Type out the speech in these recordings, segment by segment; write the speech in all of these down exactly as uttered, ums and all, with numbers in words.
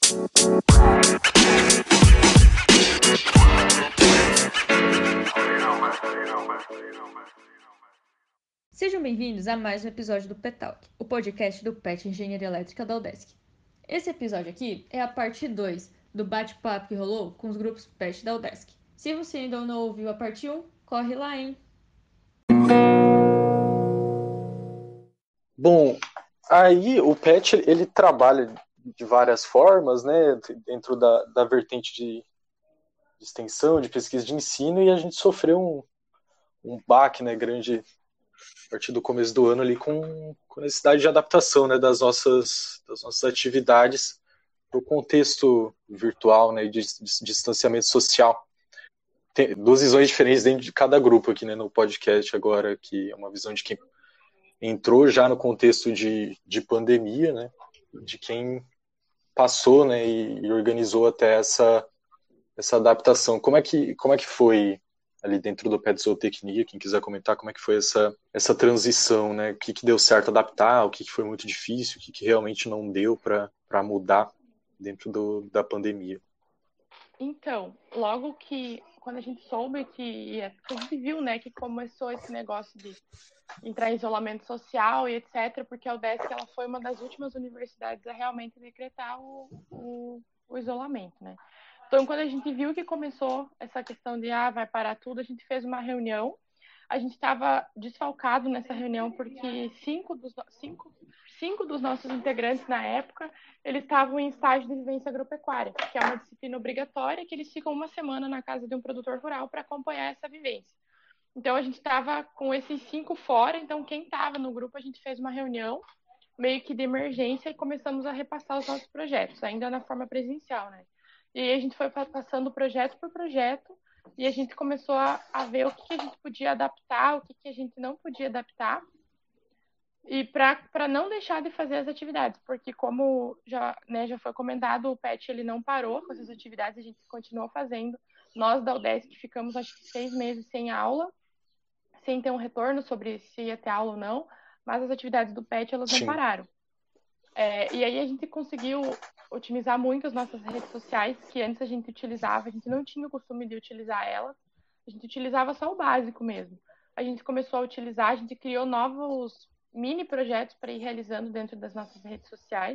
Sejam bem-vindos a mais um episódio do P-Talk, o podcast do P E T Engenharia Elétrica da UDESC. Esse episódio aqui é a parte dois do bate-papo que rolou com os grupos P E T da UDESC. Se você ainda não ouviu a parte um, corre lá, hein? Bom, aí o P E T ele trabalha de várias formas, né, dentro da, da vertente de, de extensão, de pesquisa de ensino, e a gente sofreu um, um baque, né, grande a partir do começo do ano ali com, com necessidade de adaptação, né, das nossas, das nossas atividades para o contexto virtual, né, de, de distanciamento social. Tem duas visões diferentes dentro de cada grupo aqui, né, no podcast agora, que é uma visão de quem entrou já no contexto de, de pandemia, né, de quem passou, né, e, e organizou até essa, essa adaptação. Como é que, como é que foi ali dentro do P E T Zootecnia? Quem quiser comentar como é que foi essa, essa transição, né? O que, que deu certo adaptar, o que, que foi muito difícil, o que, que realmente não deu para mudar dentro do, da pandemia. Então, logo que, quando a gente soube que, a gente viu, né, que começou esse negócio de entrar em isolamento social e etcétera, porque a UDESC ela foi uma das últimas universidades a realmente decretar o, o, o isolamento, né? Então, quando a gente viu que começou essa questão de, ah, vai parar tudo, a gente fez uma reunião. A gente estava desfalcado nessa reunião porque cinco dos, cinco, cinco dos nossos integrantes, na época, eles estavam em estágio de vivência agropecuária, que é uma disciplina obrigatória, que eles ficam uma semana na casa de um produtor rural para acompanhar essa vivência. Então, a gente estava com esses cinco fora, então quem estava no grupo, a gente fez uma reunião meio que de emergência e começamos a repassar os nossos projetos, ainda na forma presencial, né? E aí a gente foi passando projeto por projeto e a gente começou a, a ver o que, que a gente podia adaptar, o que, que a gente não podia adaptar, e para não deixar de fazer as atividades, porque como já, né, já foi comentado, o P E T ele não parou com essas atividades, a gente continuou fazendo. Nós da UDESC ficamos acho que seis meses sem aula, sem ter um retorno sobre se ia ter aula ou não, mas as atividades do P E T elas não Sim. pararam. É, e aí a gente conseguiu otimizar muito as nossas redes sociais, que antes a gente utilizava, a gente não tinha o costume de utilizar elas, a gente utilizava só o básico mesmo. A gente começou a utilizar, a gente criou novos mini projetos para ir realizando dentro das nossas redes sociais.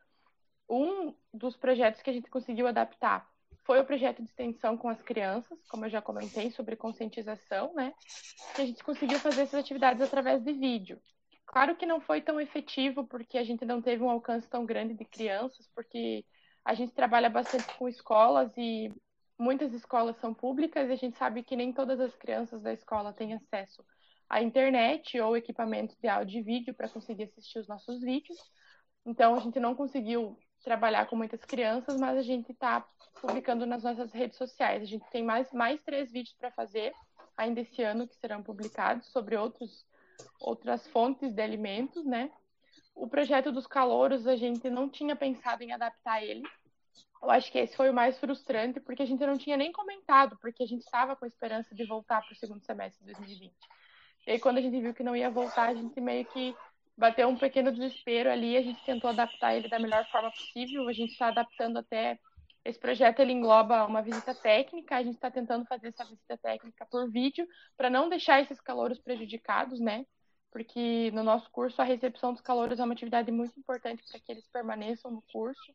Um dos projetos que a gente conseguiu adaptar foi o projeto de extensão com as crianças, como eu já comentei, sobre conscientização, né? Que a gente conseguiu fazer essas atividades através de vídeo. Claro que não foi tão efetivo, porque a gente não teve um alcance tão grande de crianças, porque a gente trabalha bastante com escolas e muitas escolas são públicas e a gente sabe que nem todas as crianças da escola têm acesso à internet ou equipamento de áudio e vídeo para conseguir assistir os nossos vídeos. Então, a gente não conseguiu trabalhar com muitas crianças, mas a gente está publicando nas nossas redes sociais. A gente tem mais, mais três vídeos para fazer ainda esse ano que serão publicados sobre outros, outras fontes de alimentos, né? O projeto dos calouros, a gente não tinha pensado em adaptar ele. Eu acho que esse foi o mais frustrante, porque a gente não tinha nem comentado, porque a gente estava com a esperança de voltar para o segundo semestre de dois mil e vinte. E aí, quando a gente viu que não ia voltar, a gente meio que bateu um pequeno desespero ali, a gente tentou adaptar ele da melhor forma possível, a gente está adaptando até... Esse projeto ele engloba uma visita técnica, a gente está tentando fazer essa visita técnica por vídeo, para não deixar esses calouros prejudicados, né? Porque no nosso curso a recepção dos calouros é uma atividade muito importante para que eles permaneçam no curso.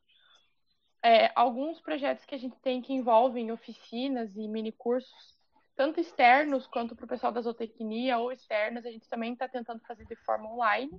É, alguns projetos que a gente tem que envolvem oficinas e mini cursos, tanto externos quanto para o pessoal da zootecnia ou externos, a gente também está tentando fazer de forma online.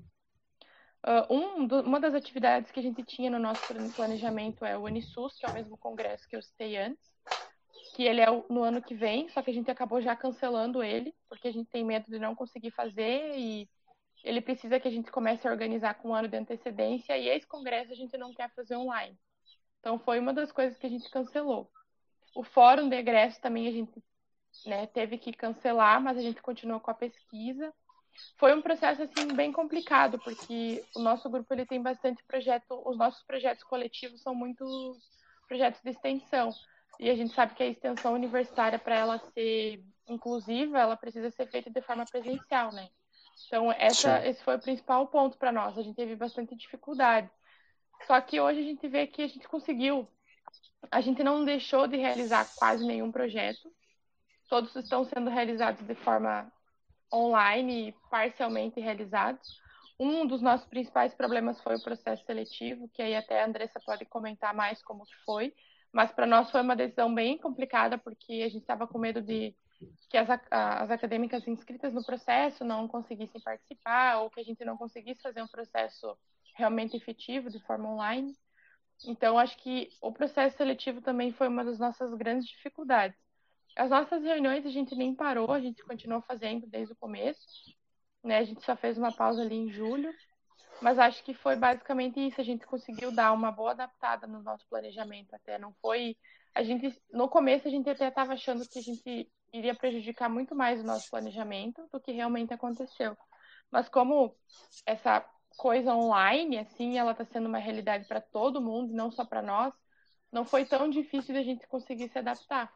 Uh, um do, uma das atividades que a gente tinha no nosso planejamento é o Unisus, que é o mesmo congresso que eu citei antes, que ele é o, no ano que vem, só que a gente acabou já cancelando ele, porque a gente tem medo de não conseguir fazer e ele precisa que a gente comece a organizar com um ano de antecedência, e esse congresso a gente não quer fazer online. Então foi uma das coisas que a gente cancelou. O fórum de egresso também a gente, né, teve que cancelar, mas a gente continuou com a pesquisa. Foi um processo assim bem complicado, porque o nosso grupo ele tem bastante projeto, os nossos projetos coletivos são muitos projetos de extensão, e a gente sabe que a extensão universitária, para ela ser inclusiva, ela precisa ser feita de forma presencial, né? Então essa, esse foi o principal ponto para nós, a gente teve bastante dificuldade. Só que hoje a gente vê que a gente conseguiu, a gente não deixou de realizar quase nenhum projeto, todos estão sendo realizados de forma online e parcialmente realizados. Um dos nossos principais problemas foi o processo seletivo, que aí até a Andressa pode comentar mais como que foi, mas para nós foi uma decisão bem complicada, porque a gente estava com medo de que as, as acadêmicas inscritas no processo não conseguissem participar, ou que a gente não conseguisse fazer um processo realmente efetivo de forma online. Então, acho que o processo seletivo também foi uma das nossas grandes dificuldades. As nossas reuniões a gente nem parou, a gente continuou fazendo desde o começo, né? A gente só fez uma pausa ali em julho, mas acho que foi basicamente isso. A gente conseguiu dar uma boa adaptada no nosso planejamento, até não foi... A gente, no começo, a gente até estava achando que a gente iria prejudicar muito mais o nosso planejamento do que realmente aconteceu. Mas como essa coisa online, assim, ela está sendo uma realidade para todo mundo, não só para nós, não foi tão difícil de a gente conseguir se adaptar.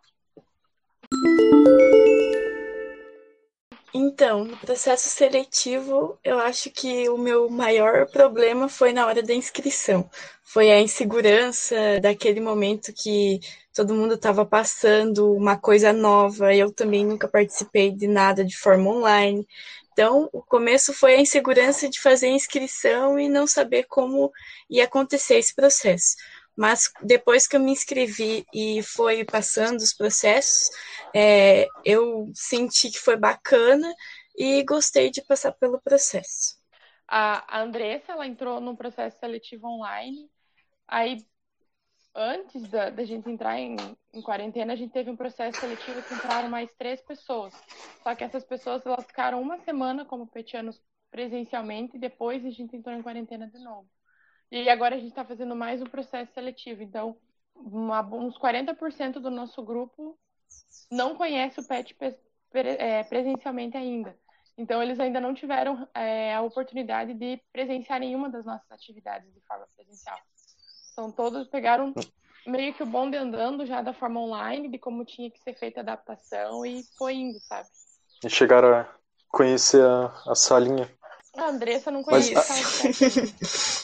Então, no processo seletivo, eu acho que o meu maior problema foi na hora da inscrição. Foi a insegurança daquele momento que todo mundo estava passando uma coisa nova. Eu também nunca participei de nada de forma online. Então, o começo foi a insegurança de fazer a inscrição e não saber como ia acontecer esse processo. Mas depois que eu me inscrevi e foi passando os processos, é, eu senti que foi bacana e gostei de passar pelo processo. A, a Andressa, ela entrou no processo seletivo online, aí antes da, da gente entrar em, em quarentena, a gente teve um processo seletivo que entraram mais três pessoas. Só que essas pessoas, elas ficaram uma semana como petianos presencialmente e depois a gente entrou em quarentena de novo. E agora a gente está fazendo mais um processo seletivo. Então, uma, uns quarenta por cento do nosso grupo não conhece o P E T presencialmente ainda. Então, eles ainda não tiveram é, a oportunidade de presenciar nenhuma das nossas atividades de forma presencial. Então, todos pegaram meio que o bonde andando já da forma online, de como tinha que ser feita a adaptação, e foi indo, sabe? E chegaram a conhecer a, a salinha. A Andressa não conhece a sala de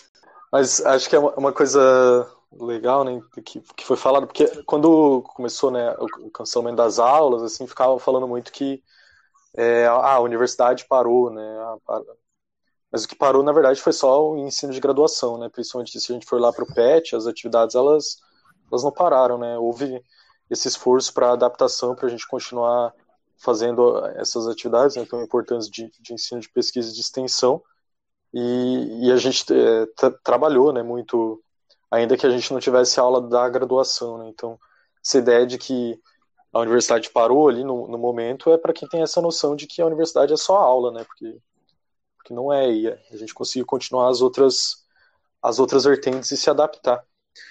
Mas acho que é uma coisa legal, né, que, que foi falado, porque quando começou, né, o cancelamento das aulas, assim, ficava falando muito que é, a universidade parou, né, a, para... mas o que parou, na verdade, foi só o ensino de graduação, né, principalmente se a gente for lá para o P E T, as atividades, elas, elas não pararam, né, houve esse esforço para adaptação, para a gente continuar fazendo essas atividades, né, tão importantes de, de ensino de pesquisa e de extensão. E, e a gente é, tra- trabalhou, né, muito, ainda que a gente não tivesse aula da graduação, né? Então, essa ideia de que a universidade parou ali no, no momento é para quem tem essa noção de que a universidade é só aula, né? Porque, porque não é, e a gente conseguiu continuar as outras, as outras vertentes e se adaptar.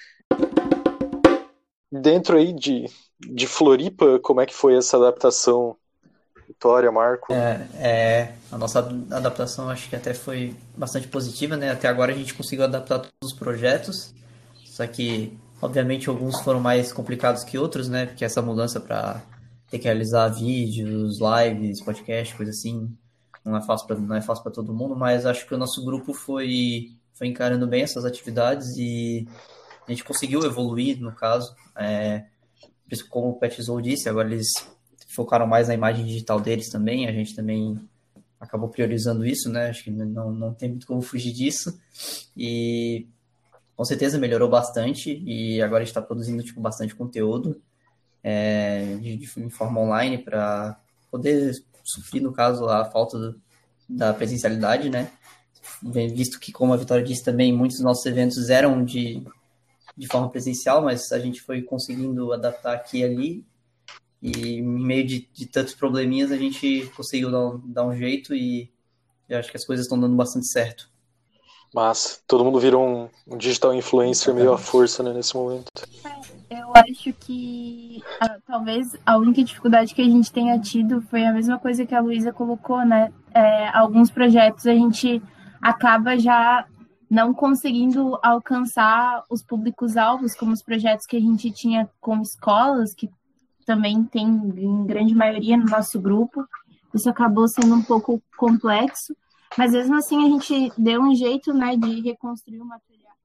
Dentro aí de, de Floripa, como é que foi essa adaptação? Vitória, Marco? É, é, a nossa adaptação acho que até foi bastante positiva, né? Até agora a gente conseguiu adaptar todos os projetos, só que, obviamente, alguns foram mais complicados que outros, né? Porque essa mudança para ter que realizar vídeos, lives, podcast, coisa assim, não é fácil para não é fácil para todo mundo, mas acho que o nosso grupo foi, foi encarando bem essas atividades e a gente conseguiu evoluir, no caso. É, como o Petzol disse, agora eles focaram mais na imagem digital deles também, a gente também acabou priorizando isso, né? Acho que não, não tem muito como fugir disso. E com certeza melhorou bastante e agora a gente está produzindo tipo, bastante conteúdo é, de, de em forma online para poder suprir, no caso, a falta do, da presencialidade, né? Visto que, como a Vitória disse também, muitos dos nossos eventos eram de, de forma presencial, mas a gente foi conseguindo adaptar aqui e ali. E em meio de, de tantos probleminhas a gente conseguiu dar um, dar um jeito e eu acho que as coisas estão dando bastante certo. Mas todo mundo vira um, um digital influencer meio à força, né, nesse momento. Eu acho que ah, talvez a única dificuldade que a gente tenha tido foi a mesma coisa que a Luísa colocou, né? É, alguns projetos a gente acaba já não conseguindo alcançar os públicos-alvos, como os projetos que a gente tinha com escolas, que também tem em grande maioria no nosso grupo. Isso acabou sendo um pouco complexo, mas mesmo assim a gente deu um jeito, né, de reconstruir o material, o material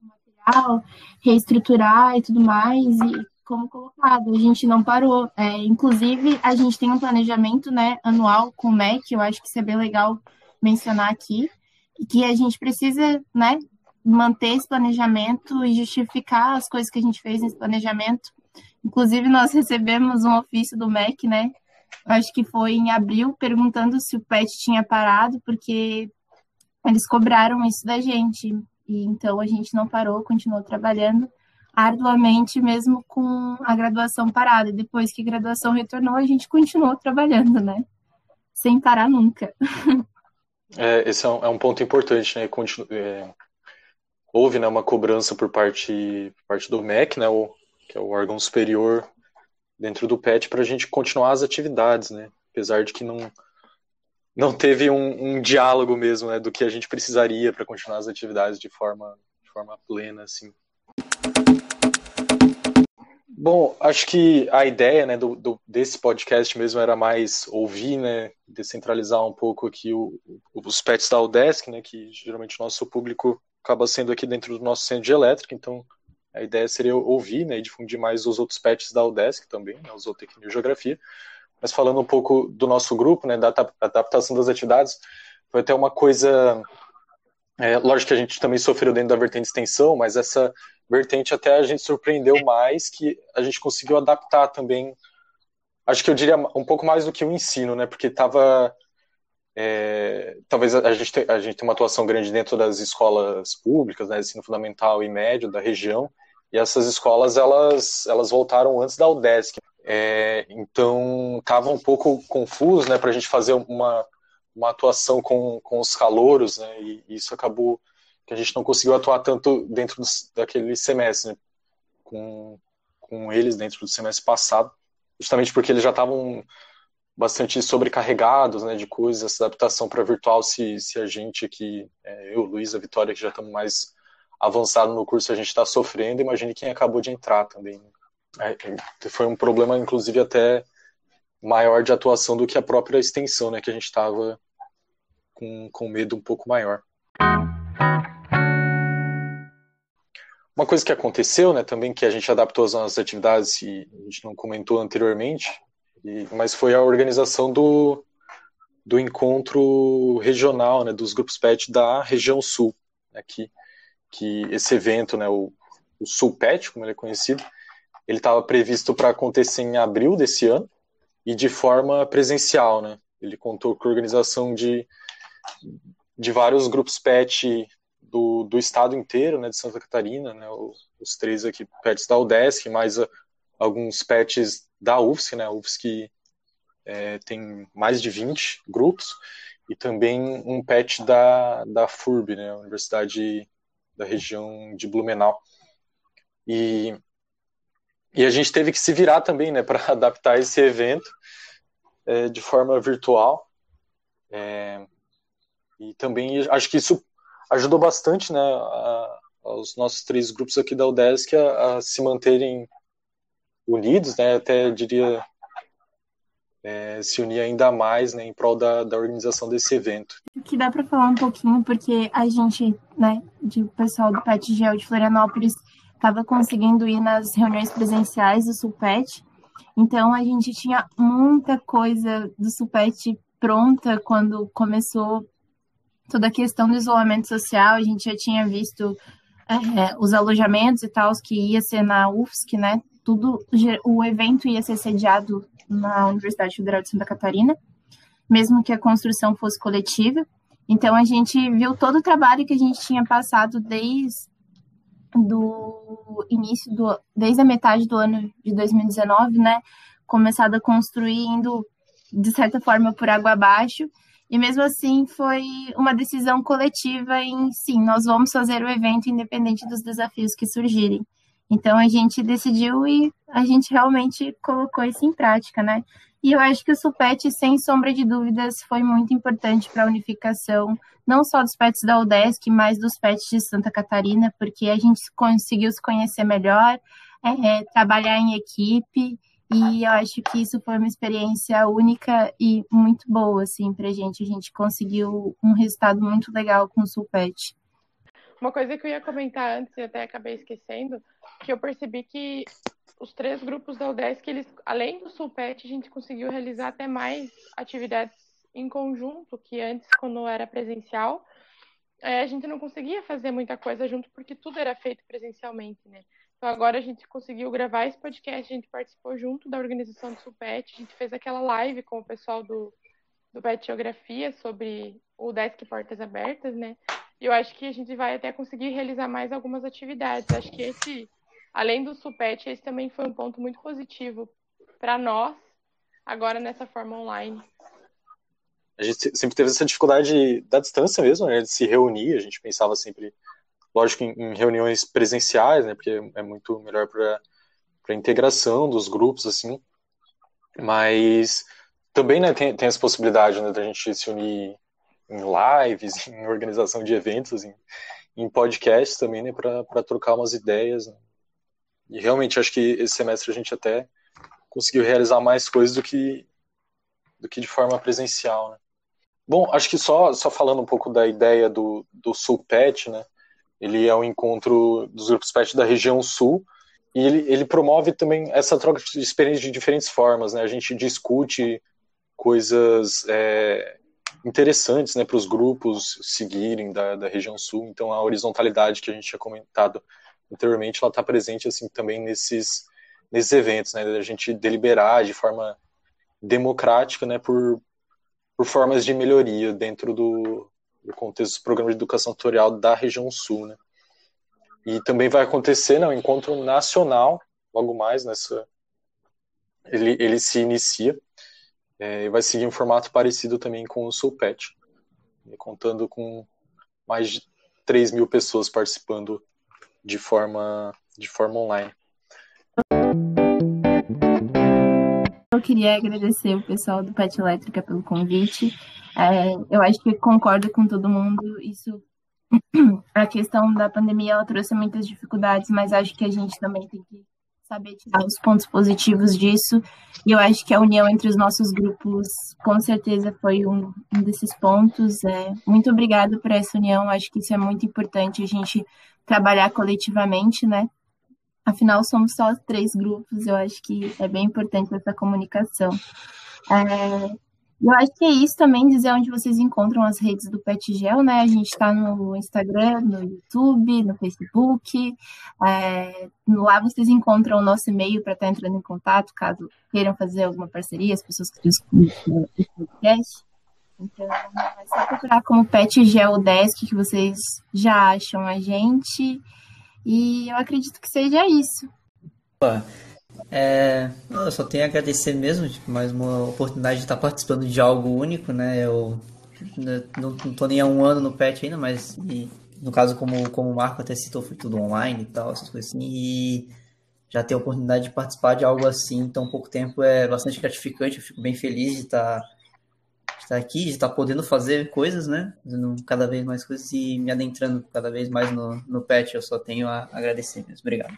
social, reestruturar e tudo mais, e como colocado, a gente não parou. É, inclusive, a gente tem um planejamento, né, anual com o M E C, eu acho que isso é bem legal mencionar aqui, que a gente precisa, né, manter esse planejamento e justificar as coisas que a gente fez nesse planejamento. Inclusive, nós recebemos um ofício do M E C, né, acho que foi em abril, perguntando se o P E T tinha parado, porque eles cobraram isso da gente. E então a gente não parou, continuou trabalhando arduamente, mesmo com a graduação parada. Depois que a graduação retornou, a gente continuou trabalhando, né? Sem parar nunca. É, esse é um, é um ponto importante, né? Continu, é, houve, né, uma cobrança por parte, por parte do M E C, né, o, que é o órgão superior dentro do P E T, para a gente continuar as atividades, né? Apesar de que não, não teve um, um diálogo mesmo, né, do que a gente precisaria para continuar as atividades de forma, de forma plena, assim. Bom, acho que a ideia, né, do, do, desse podcast mesmo era mais ouvir, né, descentralizar um pouco aqui o, os P E Ts da UDESC, né, que geralmente o nosso público acaba sendo aqui dentro do nosso centro de elétrica, então a ideia seria ouvir, né, e difundir mais os outros P E Ts da UDESC também, né, os Zootecnia e Geografia. Mas falando um pouco do nosso grupo, né, da adaptação das atividades, foi até uma coisa, é, lógico que a gente também sofreu dentro da vertente de extensão, mas essa vertente até a gente surpreendeu mais, que a gente conseguiu adaptar também, acho que eu diria um pouco mais do que o ensino, né, porque estava, é, talvez a gente, te, a gente tem uma atuação grande dentro das escolas públicas, né, ensino fundamental e médio da região, e essas escolas, elas, elas voltaram antes da UDESC, é, então estava um pouco confuso, né, para a gente fazer uma, uma atuação com, com os calouros, né, e isso acabou que a gente não conseguiu atuar tanto dentro do, daquele semestre, né, com, com eles dentro do semestre passado, justamente porque eles já estavam bastante sobrecarregados, né, de coisas, essa adaptação para virtual, se, se a gente aqui, é, eu, Luiz, a Vitória, que já estamos mais avançados no curso, a gente está sofrendo, imagine quem acabou de entrar também, né. É, foi um problema, inclusive, até maior de atuação do que a própria extensão, né, que a gente estava com, com medo um pouco maior. Uma coisa que aconteceu, né, também, que a gente adaptou as nossas atividades, e a gente não comentou anteriormente, e, mas foi a organização do, do encontro regional, né, dos grupos P E T da região sul, né, que, que esse evento, né, o, o Sul P E T, como ele é conhecido, ele estava previsto para acontecer em abril desse ano, e de forma presencial, né, ele contou com a organização de, de vários grupos P E T Do, do estado inteiro, né, de Santa Catarina, né, os três aqui P E Ts da UDESC, mais a, alguns P E Ts da U F S C, né, a U F S C é, tem mais de vinte grupos, e também um P E T da, da F U R B, né, a Universidade da região de Blumenau. E, e a gente teve que se virar também, né, para adaptar esse evento é, de forma virtual, é, e também acho que isso ajudou bastante, né, a, aos nossos três grupos aqui da UDESC a, a se manterem unidos, né, até diria é, se unir ainda mais, né, em prol da, da organização desse evento. Que dá para falar um pouquinho, porque a gente, né, de pessoal do P E T G E L de Florianópolis estava conseguindo ir nas reuniões presenciais do Sulpet, então a gente tinha muita coisa do Sulpet pronta quando começou toda a questão do isolamento social. A gente já tinha visto é, os alojamentos e tal, que ia ser na U F S C, né? Tudo, o evento ia ser sediado na Universidade Federal de Santa Catarina, mesmo que a construção fosse coletiva. Então, a gente viu todo o trabalho que a gente tinha passado desde do início, do, desde a metade do ano de dois mil e dezenove, né? Começado a construir, indo, de certa forma, por água abaixo. E mesmo assim foi uma decisão coletiva em, sim, nós vamos fazer o evento independente dos desafios que surgirem. Então a gente decidiu e a gente realmente colocou isso em prática, né? E eu acho que o Sulpet, sem sombra de dúvidas, foi muito importante para a unificação, não só dos P E Ts da UDESC, mas dos P E Ts de Santa Catarina, porque a gente conseguiu se conhecer melhor, é, trabalhar em equipe. E eu acho que isso foi uma experiência única e muito boa, assim, pra gente. A gente conseguiu um resultado muito legal com o Sulpet. Uma coisa que eu ia comentar antes e até acabei esquecendo, que eu percebi que os três grupos da UDESC, eles, além do Sulpet, a gente conseguiu realizar até mais atividades em conjunto, que antes, quando era presencial, é, a gente não conseguia fazer muita coisa junto, porque tudo era feito presencialmente, né? Então agora a gente conseguiu gravar esse podcast, a gente participou junto da organização do Sulpet, a gente fez aquela live com o pessoal do, do Pet Geografia sobre o UDESC Portas Abertas, né? E eu acho que a gente vai até conseguir realizar mais algumas atividades. Acho que esse, além do Sulpet, esse também foi um ponto muito positivo para nós, agora nessa forma online. A gente sempre teve essa dificuldade da distância mesmo, né, de se reunir. A gente pensava sempre, lógico, em, em reuniões presenciais, né, porque é muito melhor para a integração dos grupos, assim. Mas também, né, tem, tem essa possibilidade, né, da gente se unir em lives, em organização de eventos, em, em podcasts também, né, para trocar umas ideias. Né. E realmente acho que esse semestre a gente até conseguiu realizar mais coisas do que, do que de forma presencial, né. Bom, acho que só, só falando um pouco da ideia do, do Sulpet, né, ele é um encontro dos grupos Pet da região sul, e ele, ele promove também essa troca de experiências de diferentes formas, né, a gente discute coisas é, interessantes, né, para os grupos seguirem da, da região sul, então a horizontalidade que a gente tinha comentado anteriormente, ela está presente assim, também nesses, nesses eventos, né, a gente deliberar de forma democrática, né, por por formas de melhoria dentro do, do contexto do programa de educação tutorial da região sul, né? E também vai acontecer, né, um encontro nacional, logo mais, nessa, ele, ele se inicia, é, e vai seguir um formato parecido também com o Sulpet, contando com mais de três mil pessoas participando de forma, de forma online. Eu queria agradecer o pessoal do Pet Elétrica pelo convite. É, eu acho que concordo com todo mundo. Isso, a questão da pandemia, ela trouxe muitas dificuldades, mas acho que a gente também tem que saber tirar os pontos positivos disso. E eu acho que a união entre os nossos grupos, com certeza, foi um, um desses pontos. É, muito obrigada por essa união. Acho que isso é muito importante, a gente trabalhar coletivamente, né? Afinal, somos só três grupos, eu acho que é bem importante essa comunicação. É, eu acho que é isso também, dizer onde vocês encontram as redes do PetGel, né? A gente está no Instagram, no YouTube, no Facebook. É, lá vocês encontram o nosso e-mail para estar entrando em contato, caso queiram fazer alguma parceria, as pessoas que escutam esse podcast. Então, é só procurar como PetGel Desk, que vocês já acham a gente. E eu acredito que seja isso. É, eu só tenho a agradecer mesmo, tipo, mais uma oportunidade de estar participando de algo único, né? Eu não estou nem há um ano no Pet ainda, mas e, no caso, como, como o Marco até citou, foi tudo online e tal, essas coisas assim, e já ter a oportunidade de participar de algo assim em tão pouco tempo é bastante gratificante. Eu fico bem feliz de estar, de estar aqui, de estar podendo fazer coisas, né? Fazendo cada vez mais coisas e me adentrando cada vez mais no, no Pet. Eu só tenho a agradecer mesmo. Obrigado.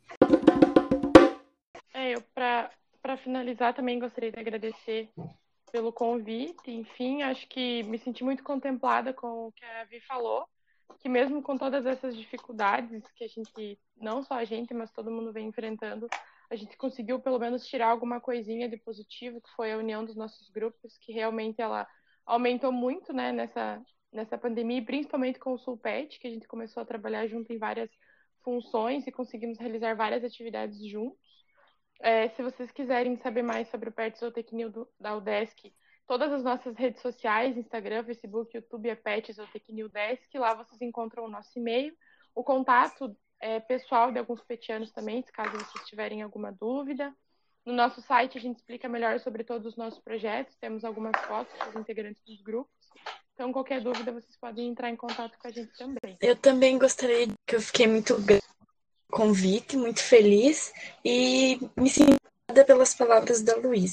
É, eu, para finalizar, também gostaria de agradecer pelo convite. Enfim, acho que me senti muito contemplada com o que a Vi falou, que mesmo com todas essas dificuldades que a gente, não só a gente, mas todo mundo vem enfrentando, a gente conseguiu pelo menos tirar alguma coisinha de positivo, que foi a união dos nossos grupos, que realmente ela aumentou muito, né, nessa, nessa pandemia, e principalmente com o Sulpet, que a gente começou a trabalhar junto em várias funções e conseguimos realizar várias atividades juntos. É, se vocês quiserem saber mais sobre o Pet Zootecnia da UDESC, todas as nossas redes sociais, Instagram, Facebook, YouTube, é Pet Zootecnia UDESC. Lá vocês encontram o nosso e-mail, o contato é, pessoal de alguns petianos também, caso vocês tiverem alguma dúvida. No nosso site a gente explica melhor sobre todos os nossos projetos, temos algumas fotos dos integrantes dos grupos. Então, qualquer dúvida, vocês podem entrar em contato com a gente também. Eu também gostaria de que eu fiquei muito grata pelo convite, muito feliz e me sinto honrada pelas palavras da Luísa.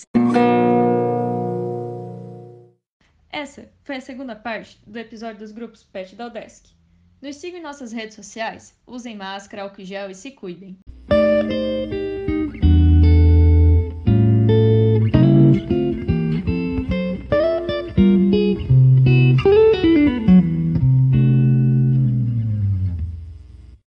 Essa foi a segunda parte do episódio dos grupos Pet da UDESC. Nos sigam em nossas redes sociais, usem máscara, álcool gel e se cuidem.